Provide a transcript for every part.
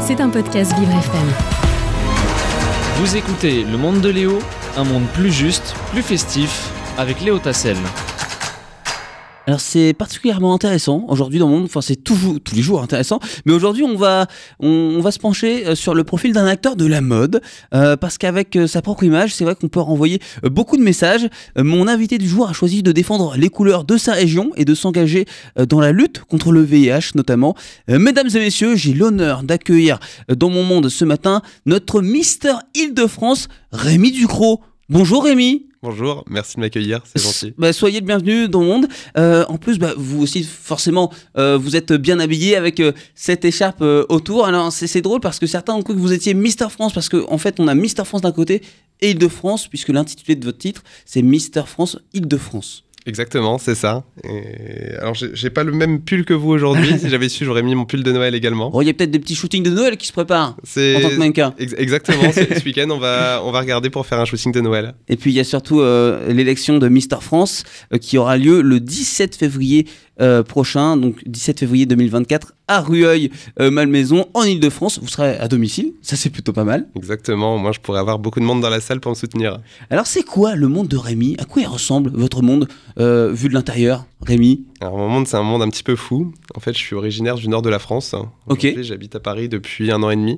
C'est un podcast Vivre FM. Vous écoutez Le Monde de Léo, un monde plus juste, plus festif, avec Léo Tassel. Alors c'est particulièrement intéressant aujourd'hui dans le monde, enfin c'est tous les jours intéressant, mais aujourd'hui on va se pencher sur le profil d'un acteur de la mode, parce qu'avec sa propre image, c'est vrai qu'on peut renvoyer beaucoup de messages. Mon invité du jour a choisi de défendre les couleurs de sa région et de s'engager dans la lutte contre le VIH notamment. Mesdames et messieurs, j'ai l'honneur d'accueillir dans mon monde ce matin notre Mister Île-de-France, Rémi Ducrot. Bonjour Rémi. Bonjour, merci de m'accueillir, c'est gentil. Soyez le bienvenu dans le monde. En plus, vous aussi, forcément, vous êtes bien habillé avec cette écharpe autour. Alors, c'est drôle parce que certains ont cru que vous étiez Mister France, parce qu'en fait, on a Mister France d'un côté et Île-de-France, puisque l'intitulé de votre titre, c'est Mister France Île-de-France. Exactement, c'est ça. Et alors, j'ai pas le même pull que vous aujourd'hui. Si j'avais su, j'aurais mis mon pull de Noël également. Il y a peut-être des petits shootings de Noël qui se préparent en tant que mannequin. Exactement, ce week-end, on va regarder pour faire un shooting de Noël. Et puis, il y a surtout l'élection de Mister France qui aura lieu le 17 février prochain, donc 17 février 2024, à Rueil-Malmaison, en Île-de-France. Vous serez à domicile, ça c'est plutôt pas mal. Exactement, moi je pourrais avoir beaucoup de monde dans la salle pour me soutenir. Alors c'est quoi le monde de Rémi ? À quoi il ressemble votre monde vu de l'intérieur, Rémi ? Alors mon monde, c'est un monde un petit peu fou. En fait, je suis originaire du nord de la France. Aujourd'hui, j'habite à Paris depuis 1 an et demi.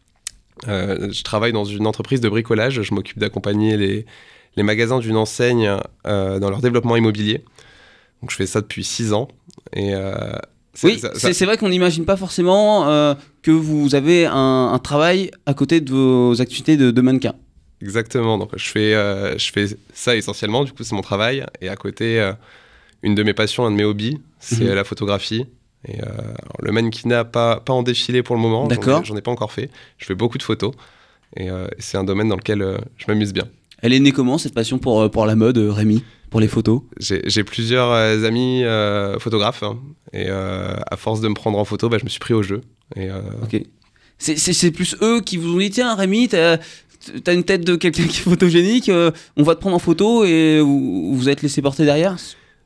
Je travaille dans une entreprise de bricolage. Je m'occupe d'accompagner les magasins d'une enseigne dans leur développement immobilier. Donc je fais ça depuis 6 ans. Et c'est vrai qu'on n'imagine pas forcément que vous avez un travail à côté de vos activités de mannequin. Exactement, donc je fais ça essentiellement, du coup c'est mon travail. Et à côté, une de mes passions, un de mes hobbies, c'est la photographie. Et alors, le mannequinat, pas en défilé pour le moment. D'accord. J'en ai pas encore fait. Je fais beaucoup de photos. Et c'est un domaine dans lequel je m'amuse bien. Elle est née comment, cette passion pour la mode, Rémi ? Pour les photos ? J'ai plusieurs amis photographes, hein, et à force de me prendre en photo, je me suis pris au jeu. Et, Ok. C'est plus eux qui vous ont dit, tiens Rémi, t'as une tête de quelqu'un qui est photogénique, on va te prendre en photo, et vous êtes laissé porter derrière ?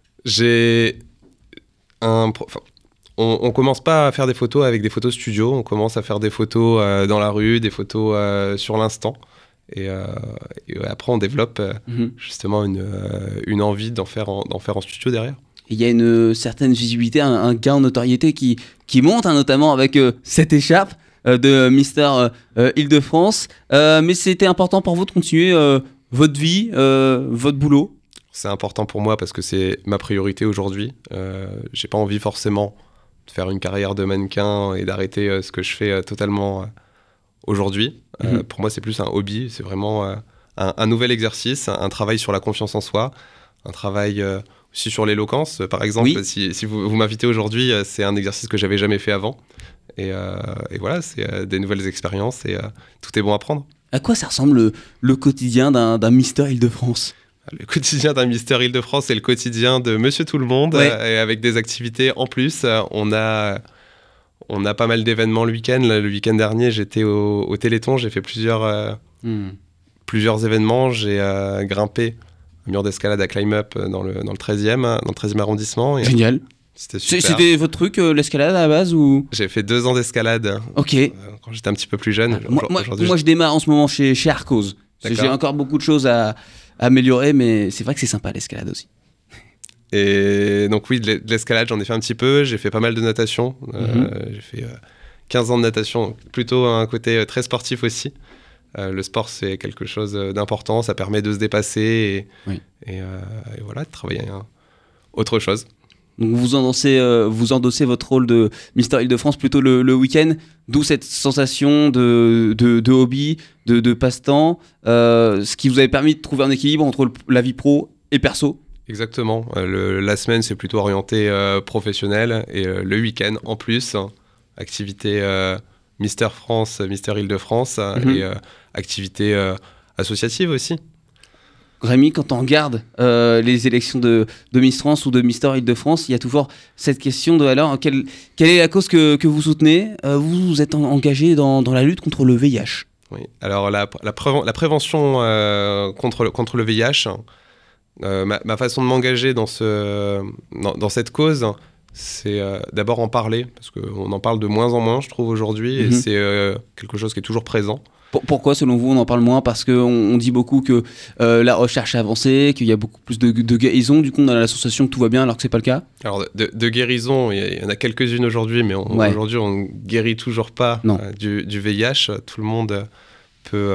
On commence pas à faire des photos avec des photos studio, on commence à faire des photos dans la rue, des photos sur l'instant. Et après, on développe justement une envie d'en faire en studio derrière. Il y a une certaine visibilité, un gain en notoriété qui monte, hein, notamment avec cette écharpe de Mister Île-de-France. Mais c'était important pour vous de continuer votre vie, votre boulot ? C'est important pour moi parce que c'est ma priorité aujourd'hui. J'ai pas envie forcément de faire une carrière de mannequin et d'arrêter ce que je fais totalement aujourd'hui. Pour moi, c'est plus un hobby, c'est vraiment un nouvel exercice, un travail sur la confiance en soi, un travail aussi sur l'éloquence. Par exemple, si vous m'invitez aujourd'hui, c'est un exercice que j'avais jamais fait avant. Et voilà, c'est des nouvelles expériences et tout est bon à prendre. À quoi ça ressemble le quotidien d'un Mister Île-de-France ? Le quotidien d'un Mister Île-de-France, c'est le quotidien de Monsieur Tout-le-Monde, et avec des activités en plus. On a pas mal d'événements le week-end. Là, le week-end dernier, j'étais au Téléthon. J'ai fait plusieurs événements. J'ai grimpé un mur d'escalade à Climb Up dans le 13e arrondissement. Et génial. C'était super. C'était votre truc, l'escalade à la base ou... J'ai fait 2 ans d'escalade quand j'étais un petit peu plus jeune. Moi, je démarre en ce moment chez Arcos. J'ai encore beaucoup de choses à améliorer, mais c'est vrai que c'est sympa l'escalade aussi. Et donc oui, de l'escalade, j'en ai fait un petit peu. J'ai fait pas mal de natation. J'ai fait 15 ans de natation, plutôt un côté très sportif aussi. Le sport, c'est quelque chose d'important. Ça permet de se dépasser et voilà, de travailler autre chose. Donc vous endossez votre rôle de Mister Île-de-France plutôt le week-end, d'où cette sensation de hobby, de passe-temps, ce qui vous avait permis de trouver un équilibre entre la vie pro et perso. Exactement. La semaine, c'est plutôt orienté professionnel, et le week-end, en plus, activité Mister France, Mister Île-de-France, et activité associative aussi. Rémi, quand on regarde les élections de Miss France ou de Mister Île-de-France, il y a toujours cette question de alors, quelle est la cause que vous soutenez ? Vous êtes engagé dans la lutte contre le VIH. Oui, alors la prévention contre le VIH, ma façon de m'engager dans cette cause, c'est d'abord en parler, parce qu'on en parle de moins en moins, je trouve, aujourd'hui, et c'est quelque chose qui est toujours présent. Pourquoi, selon vous, on en parle moins? Parce qu'on dit beaucoup que la recherche a avancé, qu'il y a beaucoup plus de guérisons, du coup on a la sensation que tout va bien alors que c'est pas le cas. Alors de guérisons, il y en a quelques-unes aujourd'hui, mais aujourd'hui on guérit toujours pas du VIH. Tout le monde peut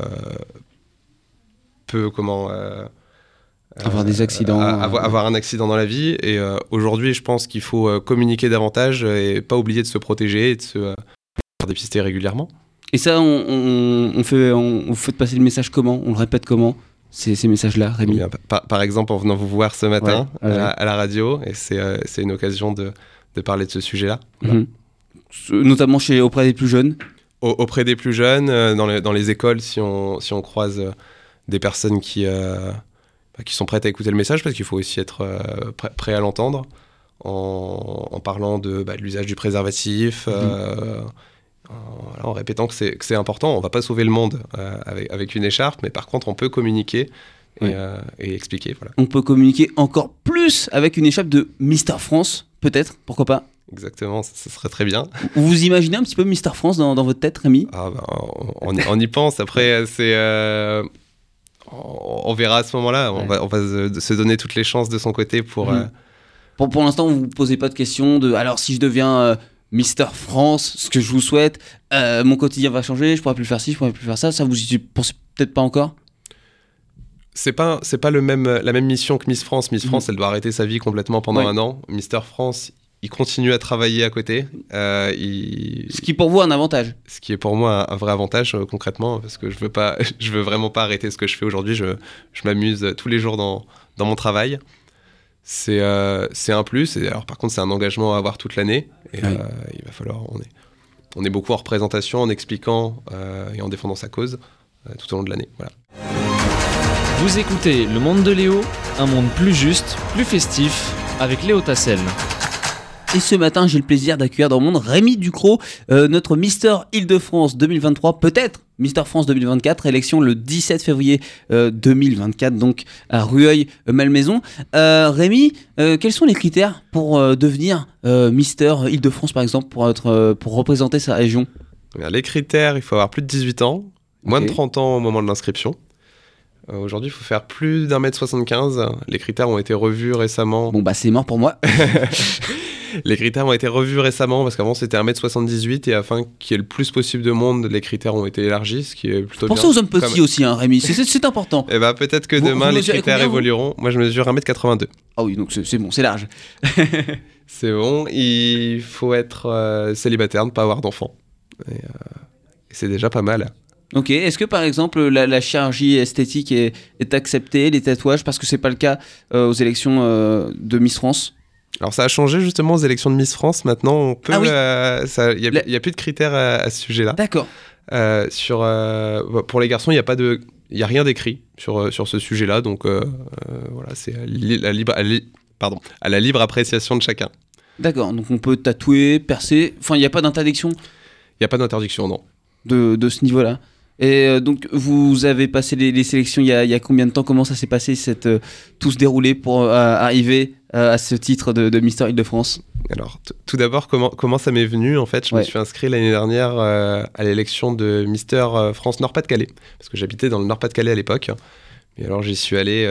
avoir des accidents, avoir un accident dans la vie. Et aujourd'hui, je pense qu'il faut communiquer davantage et pas oublier de se protéger et de se faire dépister régulièrement. Et ça, on fait passer le message comment? On le répète comment, ces messages-là, Rémi? Bien, par exemple, en venant vous voir ce matin à la radio, et c'est une occasion de parler de ce sujet-là. Voilà. Notamment auprès des plus jeunes? Auprès des plus jeunes, dans les écoles, si on croise des personnes qui sont prêtes à écouter le message, parce qu'il faut aussi être prêt à l'entendre, en parlant de l'usage du préservatif, en répétant que c'est important. On ne va pas sauver le monde avec une écharpe, mais par contre, on peut communiquer et expliquer. Voilà. On peut communiquer encore plus avec une écharpe de Mister France, peut-être, pourquoi pas? Exactement, ça serait très bien. Vous imaginez un petit peu Mister France dans votre tête, Rémi? On y pense. Après, on verra à ce moment-là. On va se donner toutes les chances de son côté pour... Pour l'instant, vous ne vous posez pas de question de... Alors, si je deviens... Mister France, ce que je vous souhaite, mon quotidien va changer, je pourrai plus faire ci, je pourrai plus faire ça. Ça, vous y pensez peut-être pas encore? C'est pas la même mission que Miss France. Miss France, elle doit arrêter sa vie complètement pendant un an. Mister France, il continue à travailler à côté. Ce qui est pour vous un avantage. Ce qui est pour moi un vrai avantage concrètement, parce que je veux vraiment pas arrêter ce que je fais aujourd'hui. Je m'amuse tous les jours dans mon travail. C'est un plus. Et alors, par contre, c'est un engagement à avoir toute l'année. Et il va falloir... On est beaucoup en représentation, en expliquant et en défendant sa cause tout au long de l'année. Voilà. Vous écoutez Le Monde de Léo, un monde plus juste, plus festif, avec Léo Tassel. Et ce matin, j'ai le plaisir d'accueillir dans le monde Rémi Ducrot, notre Mister Île-de-France 2023, peut-être Mister France 2024, élection le 17 février 2024, donc à Rueil-Malmaison. Rémi, quels sont les critères pour devenir Mister Île-de-France, par exemple, pour représenter sa région? Les critères, il faut avoir plus de 18 ans, moins de 30 ans au moment de l'inscription. Aujourd'hui, il faut faire plus d'1m75. Les critères ont été revus récemment. Bon, c'est mort pour moi. Les critères ont été revus récemment parce qu'avant c'était 1m78 et afin qu'il y ait le plus possible de monde, les critères ont été élargis, ce qui est plutôt bien. Pensez aux hommes petits aussi, hein, Rémi, c'est important. Et peut-être que demain les critères évolueront. Moi je mesure 1m82. Ah oui, donc c'est bon, c'est large. C'est bon, il faut être célibataire, ne pas avoir d'enfants. Et c'est déjà pas mal. Ok, est-ce que par exemple la chirurgie esthétique est acceptée, les tatouages, parce que c'est pas le cas aux élections de Miss France? Alors ça a changé justement aux élections de Miss France. Maintenant, on peut. Il y a plus de critères à ce sujet-là. D'accord. Pour les garçons, il y a rien d'écrit sur ce sujet-là. Donc voilà, c'est à la libre appréciation de chacun. D'accord. Donc on peut tatouer, percer. Enfin, il n'y a pas d'interdiction. Il n'y a pas d'interdiction, non. De ce niveau-là. Et donc, vous avez passé les sélections il y a combien de temps? Comment ça s'est passé, tout se dérouler pour arriver à ce titre de Mister Île-de-France? Alors, tout d'abord, comment ça m'est venu? En fait, je me suis inscrit l'année dernière à l'élection de Mister France Nord-Pas-de-Calais, parce que j'habitais dans le Nord-Pas-de-Calais à l'époque. Et alors, j'y suis allé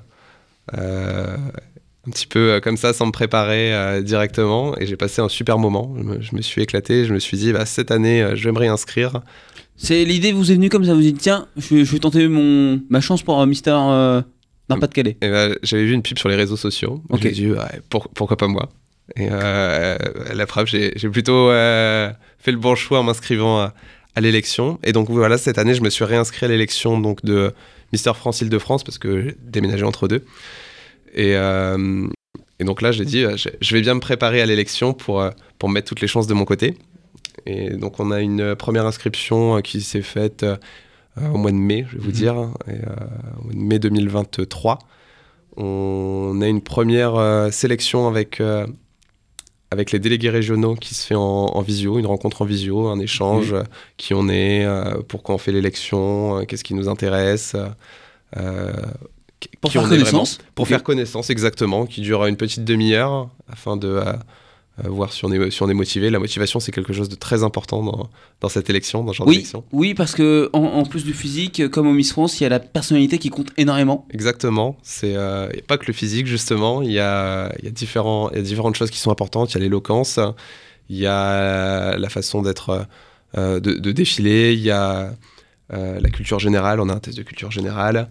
un petit peu comme ça, sans me préparer directement, et j'ai passé un super moment. Je me suis éclaté, je me suis dit, cette année, je vais me réinscrire. L'idée vous est venue comme ça, vous vous dites tiens, je vais tenter ma chance pour Mister Nord-Pas-de-Calais. J'avais vu une pub sur les réseaux sociaux, j'ai dit pourquoi pas moi. Et la preuve, j'ai plutôt fait le bon choix en m'inscrivant à l'élection. Et donc voilà, cette année, je me suis réinscrit à l'élection donc, de Mister France Île-de-France, parce que j'ai déménagé entre deux. Et donc là, j'ai dit, je vais bien me préparer à l'élection pour mettre toutes les chances de mon côté. Et donc on a une première inscription qui s'est faite au mois de mai, je vais vous dire, et, au mois de mai 2023. On a une première sélection avec les délégués régionaux qui se fait en visio, une rencontre en visio, un échange, qui on est, pourquoi on fait l'élection, qu'est-ce qui nous intéresse. Pour qui faire on est vraiment, connaissance. pour Ok. faire connaissance, exactement, qui dure une petite demi-heure afin de voir si on est motivé. La motivation, c'est quelque chose de très important dans cette élection, dans ce genre Oui, d'élection. oui, parce que en plus du physique, comme au Miss France, il y a la personnalité qui compte énormément. Exactement. Il n'y a pas que le physique, justement. Il y a différentes choses qui sont importantes. Il y a l'éloquence, il y a la façon d'être, de défiler, il y a la culture générale. On a un test de culture générale.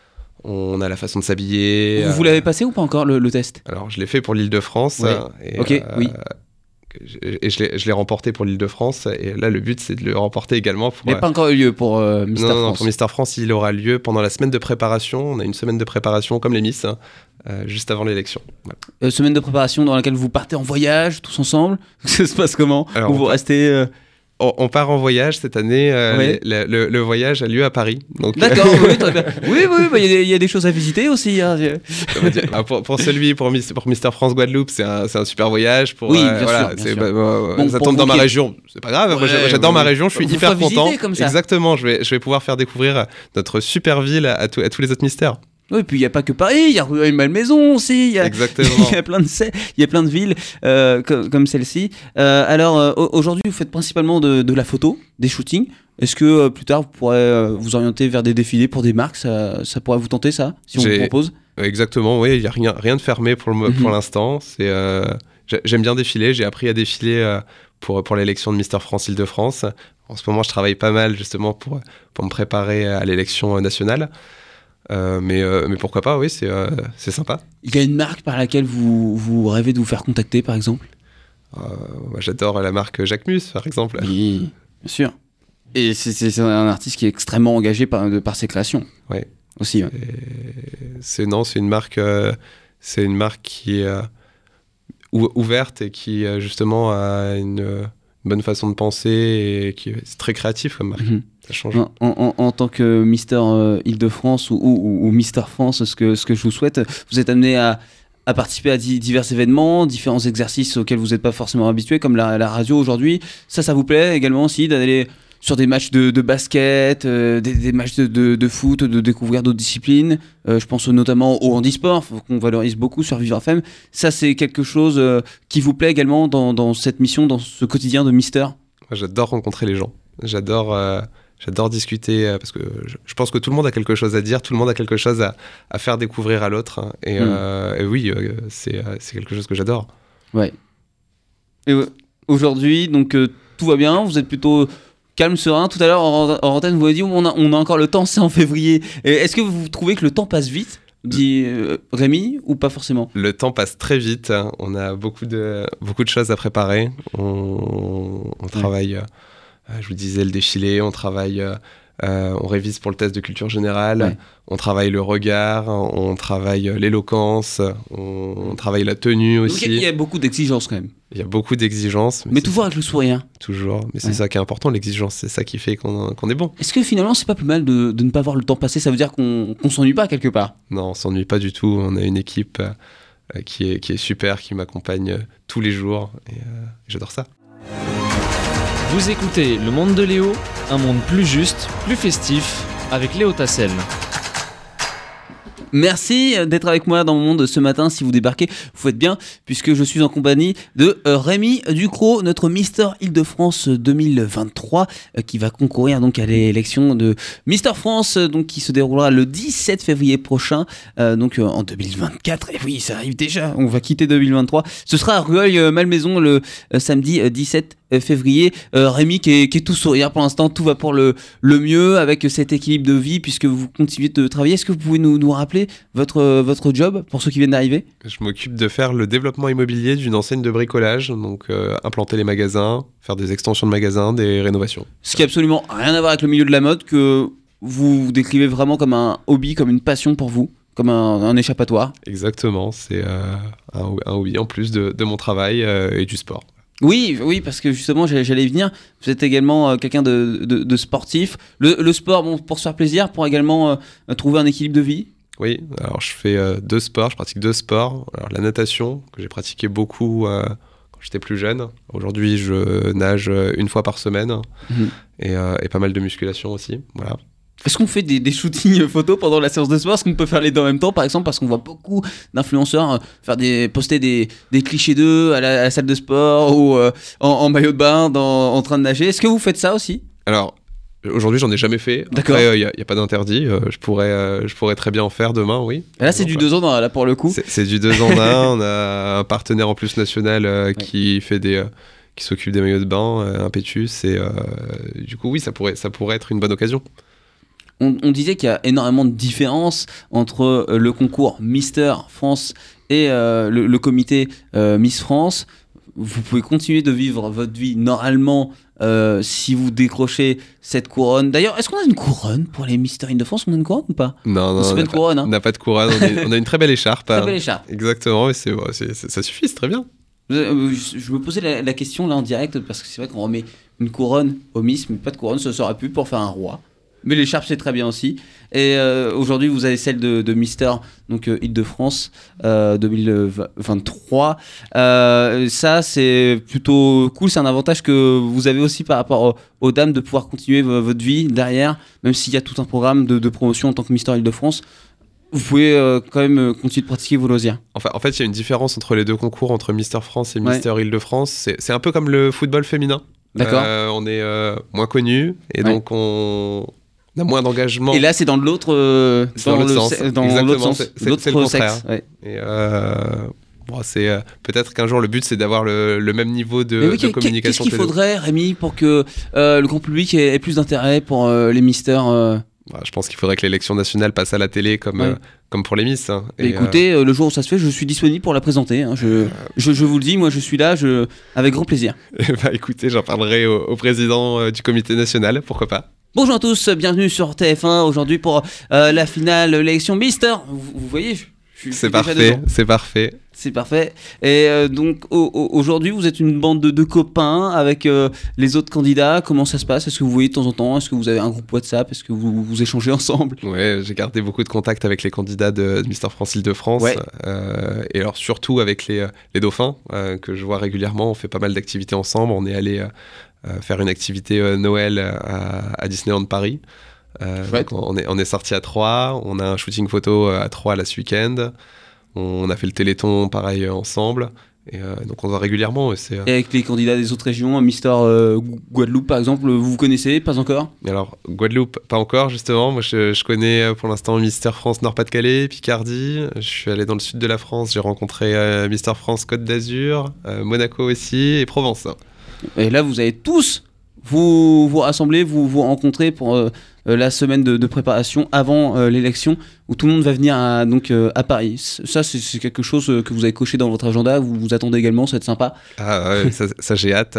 On a la façon de s'habiller. Vous l'avez passé ou pas encore le test? Alors, je l'ai fait pour l'Île-de-France. Ouais. Et, Ok, oui. Et je l'ai remporté pour l'Île-de-France. Et là, le but, c'est de le remporter également pour... Il n'y a pas encore eu lieu pour Mister non, France. pour Mister France, il aura lieu pendant la semaine de préparation. On a une semaine de préparation comme les Miss, juste avant l'élection. Voilà. Semaine de préparation dans laquelle vous partez en voyage tous ensemble. Ça se passe comment? Alors, Ou vous restez... On part en voyage cette année. Ouais. Le voyage a lieu à Paris. Donc, D'accord, oui, très bien. Oui, bah, il y a des choses à visiter aussi. Hein. on va dire, pour Mister France Guadeloupe, c'est un super voyage. Pour, Oui, bien voilà, sûr, bien c'est- sûr. bah, Bon, ça pour tombe vous dans ma qui- région, c'est pas grave. Moi, Ouais, j'adore ma ouais. région, je suis Vous hyper fera visiter content. comme ça. Exactement, je vais pouvoir faire découvrir notre super ville à tous les autres mystères. Oui, puis il n'y a pas que Paris, il y a Rueil-Malmaison aussi. Il y a Exactement. il y a plein de villes comme celle-ci. Alors, aujourd'hui, vous faites principalement de la photo, des shootings. Est-ce que plus tard, vous pourrez vous orienter vers des défilés pour des marques? Ça pourrait vous tenter, ça, si on vous propose? Exactement, oui, il n'y a rien de fermé pour l'instant. J'aime bien défiler, j'ai appris à défiler pour l'élection de Mister France Île-de-France. En ce moment, je travaille pas mal justement pour me préparer à l'élection nationale. Mais pourquoi pas, oui, c'est sympa. Il y a une marque par laquelle vous rêvez de vous faire contacter, par exemple? Moi, j'adore la marque Jacquemus, par exemple. Oui, bien sûr. Et c'est un artiste qui est extrêmement engagé par ses créations. Ouais. Aussi, ouais. C'est une marque qui est ouverte et qui justement a une bonne façon de penser et qui est très créatif comme marque. Mhm. Ça change. En tant que Mister Île-de-France ou Mister France, ce que je vous souhaite, vous êtes amené à participer à divers événements, différents exercices auxquels vous n'êtes pas forcément habitué, comme la radio aujourd'hui. Ça vous plaît également aussi d'aller sur des matchs de basket, des matchs de foot, de découvrir d'autres disciplines. Je pense notamment au handisport, qu'on valorise beaucoup sur Vivre FM. Ça, c'est quelque chose qui vous plaît également dans cette mission, dans ce quotidien de Mister? Moi, j'adore rencontrer les gens. J'adore discuter parce que je pense que tout le monde a quelque chose à dire, tout le monde a quelque chose à faire découvrir à l'autre. Hein. Et oui, c'est quelque chose que j'adore. Ouais. Et aujourd'hui, donc tout va bien, vous êtes plutôt calme, serein. Tout à l'heure, en antenne, vous avez dit on a encore le temps, c'est en février. Est-ce que vous trouvez que le temps passe vite, dit Rémi, ou pas forcément? Le temps passe très vite. Hein. On a beaucoup de choses à préparer. On travaille, je vous disais, le défilé. On travaille, on révise pour le test de culture générale. Ouais. On travaille le regard. On travaille l'éloquence. On travaille la tenue Donc, aussi. il y a beaucoup d'exigences quand même. Il y a beaucoup d'exigences. Mais toujours avec le sourire. Toujours. Mais c'est Ouais. ça qui est important, l'exigence. C'est ça qui fait qu'on est bon. Est-ce que finalement, c'est pas plus mal de ne pas voir le temps passer? Ça veut dire qu'on s'ennuie pas quelque part? Non, on s'ennuie pas du tout. On a une équipe qui est super, qui m'accompagne tous les jours. Et j'adore ça. Vous écoutez Le Monde de Léo, un monde plus juste, plus festif, avec Léo Tassel. Merci d'être avec moi dans mon monde ce matin. Si vous débarquez, vous faites bien, puisque je suis en compagnie de Rémi Ducrot, notre Mister Île-de-France 2023, qui va concourir donc à l'élection de Mister France, donc qui se déroulera le 17 février prochain, donc en 2024. Et oui, ça arrive déjà. On va quitter 2023. Ce sera à Rueil-Malmaison le samedi 17 février. Rémi qui est tout sourire pour l'instant, tout va pour le mieux avec cet équilibre de vie puisque vous continuez de travailler. Est-ce que vous pouvez nous rappeler votre job pour ceux qui viennent d'arriver? Je m'occupe de faire le développement immobilier d'une enseigne de bricolage, donc implanter les magasins, faire des extensions de magasins, des rénovations. Ce qui n'a absolument rien à voir avec le milieu de la mode, que vous décrivez vraiment comme un hobby, comme une passion pour vous, comme un échappatoire. Exactement, c'est un hobby en plus de mon travail et du sport. Oui, parce que justement, j'allais y venir. Vous êtes également quelqu'un de sportif. Le sport, bon, pour se faire plaisir, pour également trouver un équilibre de vie. Oui, alors je fais deux sports, je pratique deux sports. Alors la natation, que j'ai pratiqué beaucoup quand j'étais plus jeune. Aujourd'hui, je nage une fois par semaine et pas mal de musculation aussi. Voilà. Est-ce qu'on fait des shootings photos pendant la séance de sport? Est-ce qu'on peut faire les deux en même temps, par exemple, parce qu'on voit beaucoup d'influenceurs poster des clichés d'eux à la salle de sport ou en maillot de bain en train de nager. Est-ce que vous faites ça aussi? Alors, aujourd'hui, j'en ai jamais fait. D'accord. Après, il n'y a pas d'interdit. Je pourrais très bien en faire demain, oui. Et là, c'est du 2 ans, là, pour le coup. C'est du 2 en 1. On a un partenaire en plus national qui fait qui s'occupe des maillots de bain, Impetus. Et du coup, oui, ça pourrait être une bonne occasion. On disait qu'il y a énormément de différences entre le concours Mister France et le comité Miss France. Vous pouvez continuer de vivre votre vie normalement si vous décrochez cette couronne. D'ailleurs, est-ce qu'on a une couronne pour les Mister Île-de-France? On a une couronne ou pas? Non, c'est pas une couronne. On n'a pas de couronne. On a une très belle écharpe. Très belle écharpe. Exactement, et ça suffit, c'est très bien. Je me posais la question là en direct parce que c'est vrai qu'on remet une couronne au Miss, mais pas de couronne, ça sera plus pour faire un roi. Mais l'écharpe, c'est très bien aussi. Et aujourd'hui, vous avez celle de Mister donc Île-de-France 2023. Ça, c'est plutôt cool. C'est un avantage que vous avez aussi par rapport aux dames de pouvoir continuer votre vie derrière, même s'il y a tout un programme de promotion en tant que Mister Île-de-France. Vous pouvez quand même continuer de pratiquer vos loisirs. En fait, il y a une différence entre les deux concours, entre Mister France et Mister Île-de-France. C'est un peu comme le football féminin. D'accord. On est moins connus et donc on a moins d'engagement. Et là, c'est dans l'autre sens. C'est le contraire. Sexe. Ouais. Et c'est peut-être qu'un jour le but c'est d'avoir le même niveau de communication. Qu'est-ce qu'il faudrait, Rémi, pour que le grand public ait plus d'intérêt pour les mystères Je pense qu'il faudrait que l'élection nationale passe à la télé comme pour les Miss. Hein. Écoutez, le jour où ça se fait, je suis disponible pour la présenter. Hein. Je vous le dis, moi je suis là, avec grand plaisir. Écoutez, j'en parlerai au président du comité national, pourquoi pas. Bonjour à tous, bienvenue sur TF1 aujourd'hui pour la finale, l'élection Mister. Vous voyez, c'est parfait, c'est parfait. C'est parfait. Et donc aujourd'hui, vous êtes une bande de copains avec les autres candidats. Comment ça se passe? Est-ce que vous voyez de temps en temps? Est-ce que vous avez un groupe WhatsApp? Est-ce que vous échangez ensemble? Ouais, j'ai gardé beaucoup de contacts avec les candidats de Mister France Île-de-France. Ouais. Et alors surtout avec les dauphins que je vois régulièrement. On fait pas mal d'activités ensemble. On est allé faire une activité Noël à Disneyland Paris. Donc on est sorti à 3. On a un shooting photo à 3 là ce week-end. On a fait le Téléthon pareil ensemble. Et donc on va régulièrement. Et avec les candidats des autres régions, Mister Guadeloupe par exemple, vous connaissez? Pas encore? Alors Guadeloupe, pas encore justement. Moi je connais pour l'instant Mister France Nord-Pas-de-Calais, Picardie. Je suis allé dans le sud de la France, j'ai rencontré Mister France Côte d'Azur, Monaco aussi et Provence. Et là vous allez tous vous rassembler, vous rencontrer pour la semaine de préparation avant l'élection où tout le monde va venir à Paris. Ça c'est quelque chose que vous avez coché dans votre agenda, vous vous attendez également, ça va être sympa. Ah ouais, ça j'ai hâte.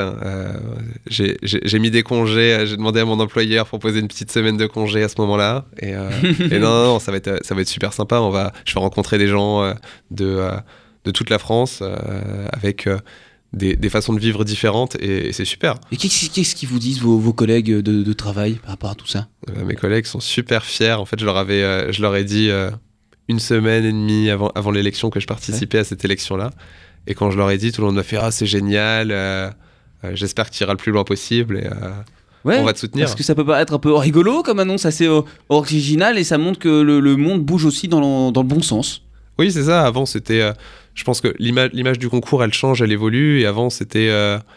J'ai mis des congés, j'ai demandé à mon employeur pour poser une petite semaine de congé à ce moment-là. Et non, ça va être super sympa. Je vais rencontrer des gens de toute la France avec des façons de vivre différentes et c'est super. Et qu'est-ce qu'ils vous disent vos collègues de travail par rapport à tout ça? Mes collègues sont super fiers. En fait, je leur ai dit une semaine et demie avant l'élection que je participais à cette élection-là. Et quand je leur ai dit, tout le monde m'a fait « Ah, c'est génial, j'espère que tu iras le plus loin possible. » Et on va te soutenir. Parce que ça peut paraître un peu rigolo comme annonce, assez original et ça montre que le monde bouge aussi dans le bon sens. Oui, c'est ça. Avant, c'était... je pense que l'image du concours, elle change, elle évolue. Et avant, c'était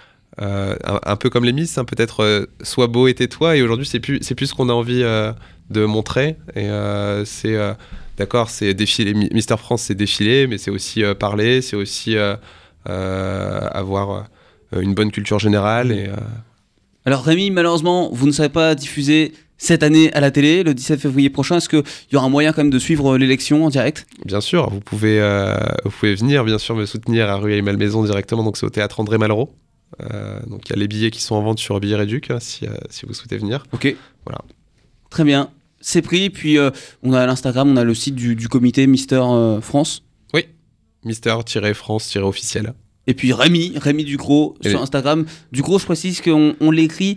un peu comme les Miss, hein, peut-être sois beau et tais-toi. Et aujourd'hui, c'est plus ce qu'on a envie de montrer. Et d'accord, c'est défiler. Mister France, c'est défiler, mais c'est aussi parler, c'est aussi avoir une bonne culture générale. Et, Alors Rémi, malheureusement, vous ne serez pas diffusé cette année à la télé, le 17 février prochain. Est-ce qu'il y aura un moyen quand même de suivre l'élection en direct? Bien sûr, vous pouvez venir bien sûr me soutenir à Rueil-Malmaison directement, donc c'est au théâtre André Malraux. Donc il y a les billets qui sont en vente sur Billet Réduc si vous souhaitez venir. Ok. Voilà. Très bien, c'est pris. Puis on a l'Instagram, on a le site du comité Mister France. Oui, Mister-France-officiel. Et puis Rémi Ducrot sur Instagram. Ducrot, je précise qu'on l'écrit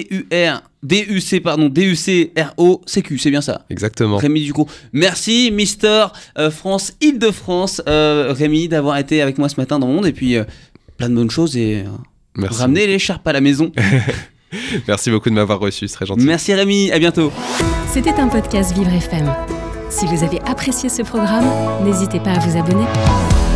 D-U-C-R-O-C-Q, c'est bien ça? Exactement. Rémi Ducrot. Merci Mister France Île-de-France, Rémi, d'avoir été avec moi ce matin dans Monde. Et puis plein de bonnes choses et ramener l'écharpe à la maison. Merci beaucoup de m'avoir reçu, c'est très gentil. Merci Rémi, à bientôt. C'était un podcast Vivre FM. Si vous avez apprécié ce programme, n'hésitez pas à vous abonner.